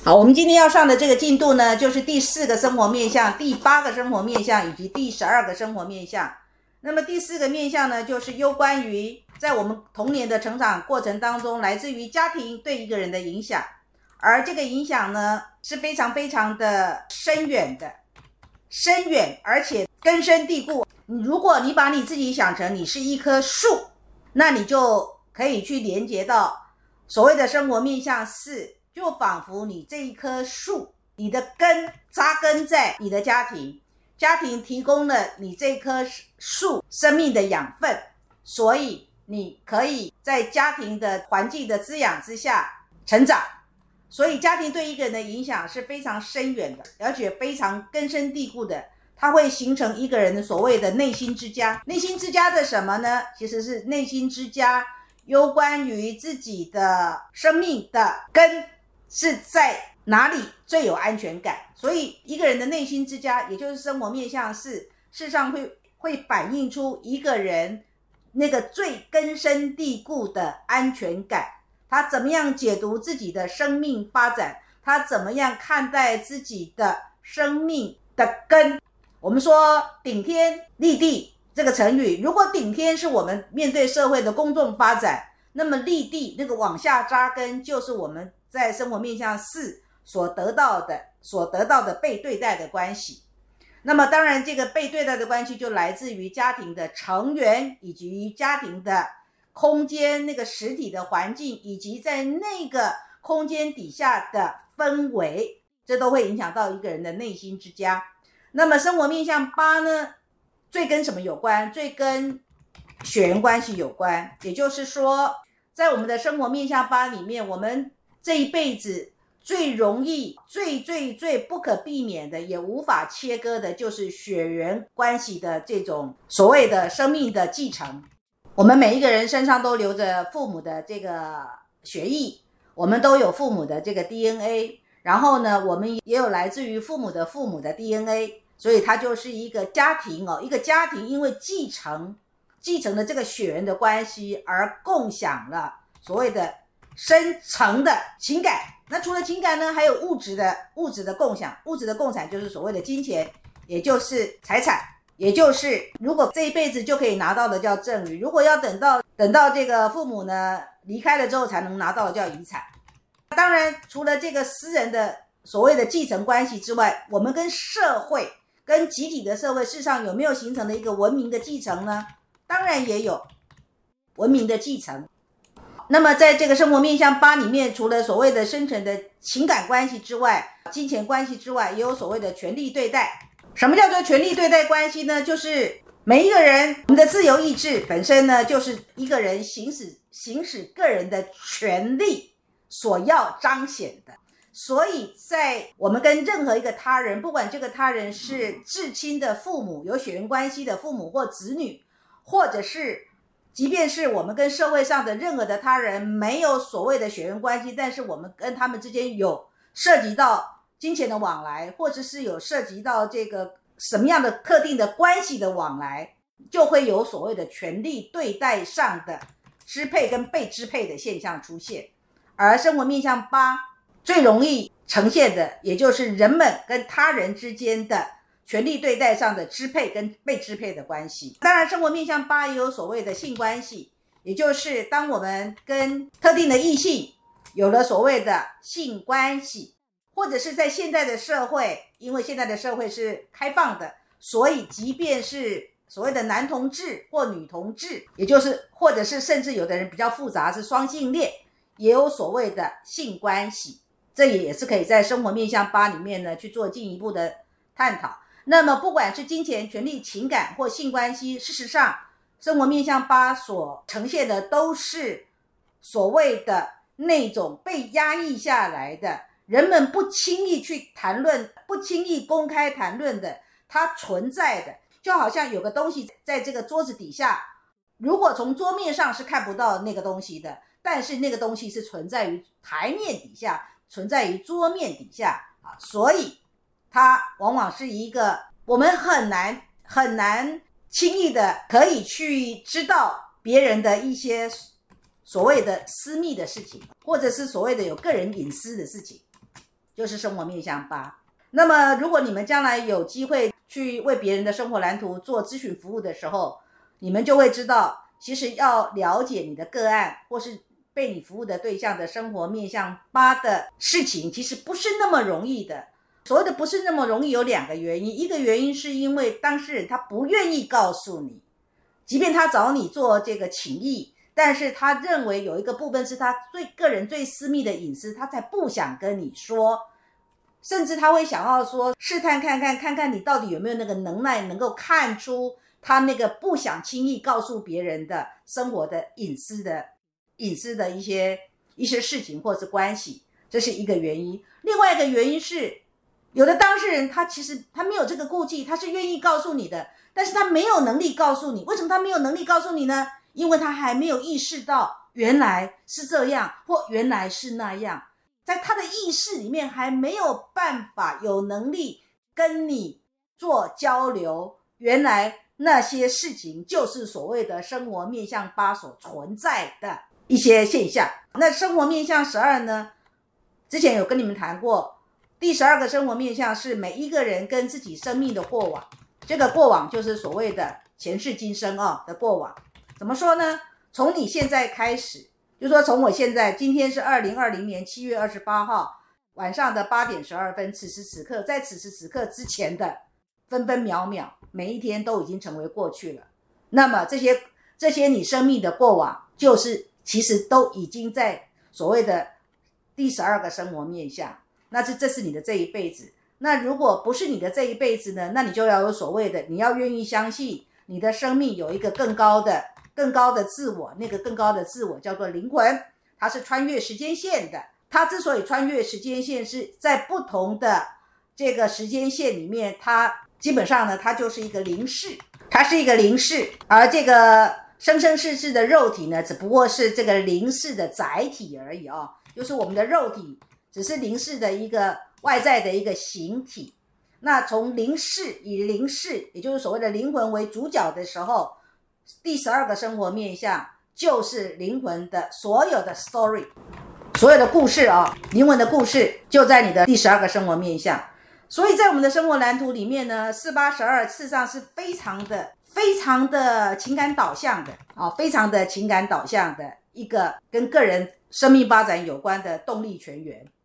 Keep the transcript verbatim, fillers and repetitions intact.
好，我们今天要上的这个进度呢，就是第四个生活面向、第八个生活面向以及第十二个生活面向。那么第四个面向呢，就是攸关于在我们童年的成长过程当中，来自于家庭对一个人的影响，而这个影响呢是非常非常的深远的，深远而且根深蒂固。如果你把你自己想成你是一棵树，那你就可以去连接到所谓的生活面向四，就仿佛你这一棵树，你的根扎根在你的家庭，家庭提供了你这棵树生命的养分，所以你可以在家庭的环境的滋养之下成长。所以家庭对一个人的影响是非常深远的，而且非常根深蒂固的，它会形成一个人的所谓的内心之家。内心之家的什么呢？其实是内心之家攸关于自己的生命的根是在哪里最有安全感。所以一个人的内心之家，也就是生活面向四，事实上会会反映出一个人那个最根深蒂固的安全感，他怎么样解读自己的生命发展，他怎么样看待自己的生命的根。我们说顶天立地这个成语，如果顶天是我们面对社会的公众发展，那么立地那个往下扎根，就是我们在生活面向四所得到的所得到的被对待的关系。那么当然这个被对待的关系就来自于家庭的成员，以及家庭的空间，那个实体的环境，以及在那个空间底下的氛围，这都会影响到一个人的内心之家。那么生活面向八呢，最跟什么有关？最跟血缘关系有关。也就是说在我们的生活面向八里面，我们这一辈子最容易最最最不可避免的，也无法切割的，就是血缘关系的这种所谓的生命的继承。我们每一个人身上都流着父母的这个血液，我们都有父母的这个 D N A， 然后呢我们也有来自于父母的父母的 D N A， 所以它就是一个家庭哦，一个家庭因为继承继承了这个血缘的关系而共享了所谓的深层的情感。那除了情感呢，还有物质的物质的共享。物质的共享就是所谓的金钱，也就是财产，也就是如果这一辈子就可以拿到的叫赠与，如果要等到等到这个父母呢离开了之后才能拿到的叫遗产。当然除了这个私人的所谓的继承关系之外，我们跟社会跟集体的社会事实上有没有形成了一个文明的继承呢？当然也有文明的继承。那么在这个生活面向八里面，除了所谓的深层的情感关系之外，金钱关系之外，也有所谓的权力对待。什么叫做权力对待关系呢？就是每一个人我们的自由意志本身呢，就是一个人行使行使个人的权利所要彰显的。所以在我们跟任何一个他人，不管这个他人是至亲的父母，有血缘关系的父母或子女，或者是即便是我们跟社会上的任何的他人没有所谓的血缘关系，但是我们跟他们之间有涉及到金钱的往来，或者是有涉及到这个什么样的特定的关系的往来，就会有所谓的权力对待上的支配跟被支配的现象出现。而生活面向八最容易呈现的，也就是人们跟他人之间的权力对待上的支配跟被支配的关系。当然生活面向八也有所谓的性关系，也就是当我们跟特定的异性有了所谓的性关系，或者是在现在的社会，因为现在的社会是开放的，所以即便是所谓的男同志或女同志，也就是或者是甚至有的人比较复杂是双性恋，也有所谓的性关系。这也是可以在生活面向八里面呢去做进一步的探讨。那么不管是金钱、权力、情感或性关系，事实上生活面向八所呈现的都是所谓的那种被压抑下来的，人们不轻易去谈论，不轻易公开谈论的，它存在的。就好像有个东西在这个桌子底下，如果从桌面上是看不到那个东西的，但是那个东西是存在于台面底下，存在于桌面底下啊，所以它往往是一个我们很难很难轻易的可以去知道别人的一些所谓的私密的事情，或者是所谓的有个人隐私的事情。 就是生活面向八。那么如果你们将来有机会去为别人的生活蓝图做咨询服务的时候，你们就会知道，其实要了解你的个案或是被你服务的对象的生活面向八的事情，其实不是那么容易的。所谓的不是那么容易有两个原因，一个原因是因为当事人他不愿意告诉你，即便他找你做这个请益，但是他认为有一个部分是他最个人最私密的隐私，他才不想跟你说，甚至他会想要说试探看看看看你到底有没有那个能耐能够看出他那个不想轻易告诉别人的生活的隐私的隐私的一些一些事情或是关系，这是一个原因。另外一个原因是有的当事人他其实他没有这个顾忌，他是愿意告诉你的，但是他没有能力告诉你。为什么他没有能力告诉你呢？因为他还没有意识到原来是这样或原来是那样，在他的意识里面还没有办法有能力跟你做交流，原来那些事情就是所谓的生活面向八所存在的一些现象。那生活面向十二呢，之前有跟你们谈过，第十二个生活面向是每一个人跟自己生命的过往，这个过往就是所谓的前世今生哦的过往。怎么说呢？从你现在开始，就说从我现在，今天是二零二零年七月二十八号晚上的八点十二分，此时此刻，在此时此刻之前的分分秒秒，每一天都已经成为过去了。那么这些这些你生命的过往，就是其实都已经在所谓的第十二个生活面向，那这这是你的这一辈子。那如果不是你的这一辈子呢，那你就要有所谓的，你要愿意相信你的生命有一个更高的更高的自我，那个更高的自我叫做灵魂，它是穿越时间线的。它之所以穿越时间线，是在不同的这个时间线里面，它基本上呢，它就是一个灵视，它是一个灵视，而这个生生世世的肉体呢，只不过是这个灵视的载体而已哦，就是我们的肉体只是灵视的一个外在的一个形体。那从灵视以灵视，也就是所谓的灵魂为主角的时候，第十二个生活面向就是灵魂的所有的 story， 所有的故事啊、哦，灵魂的故事就在你的第十二个生活面向。所以在我们的生活蓝图里面呢，四八十二事实上是非常的非常的情感导向的啊、哦，非常的情感导向的一个跟个人生命发展有关的动力泉源。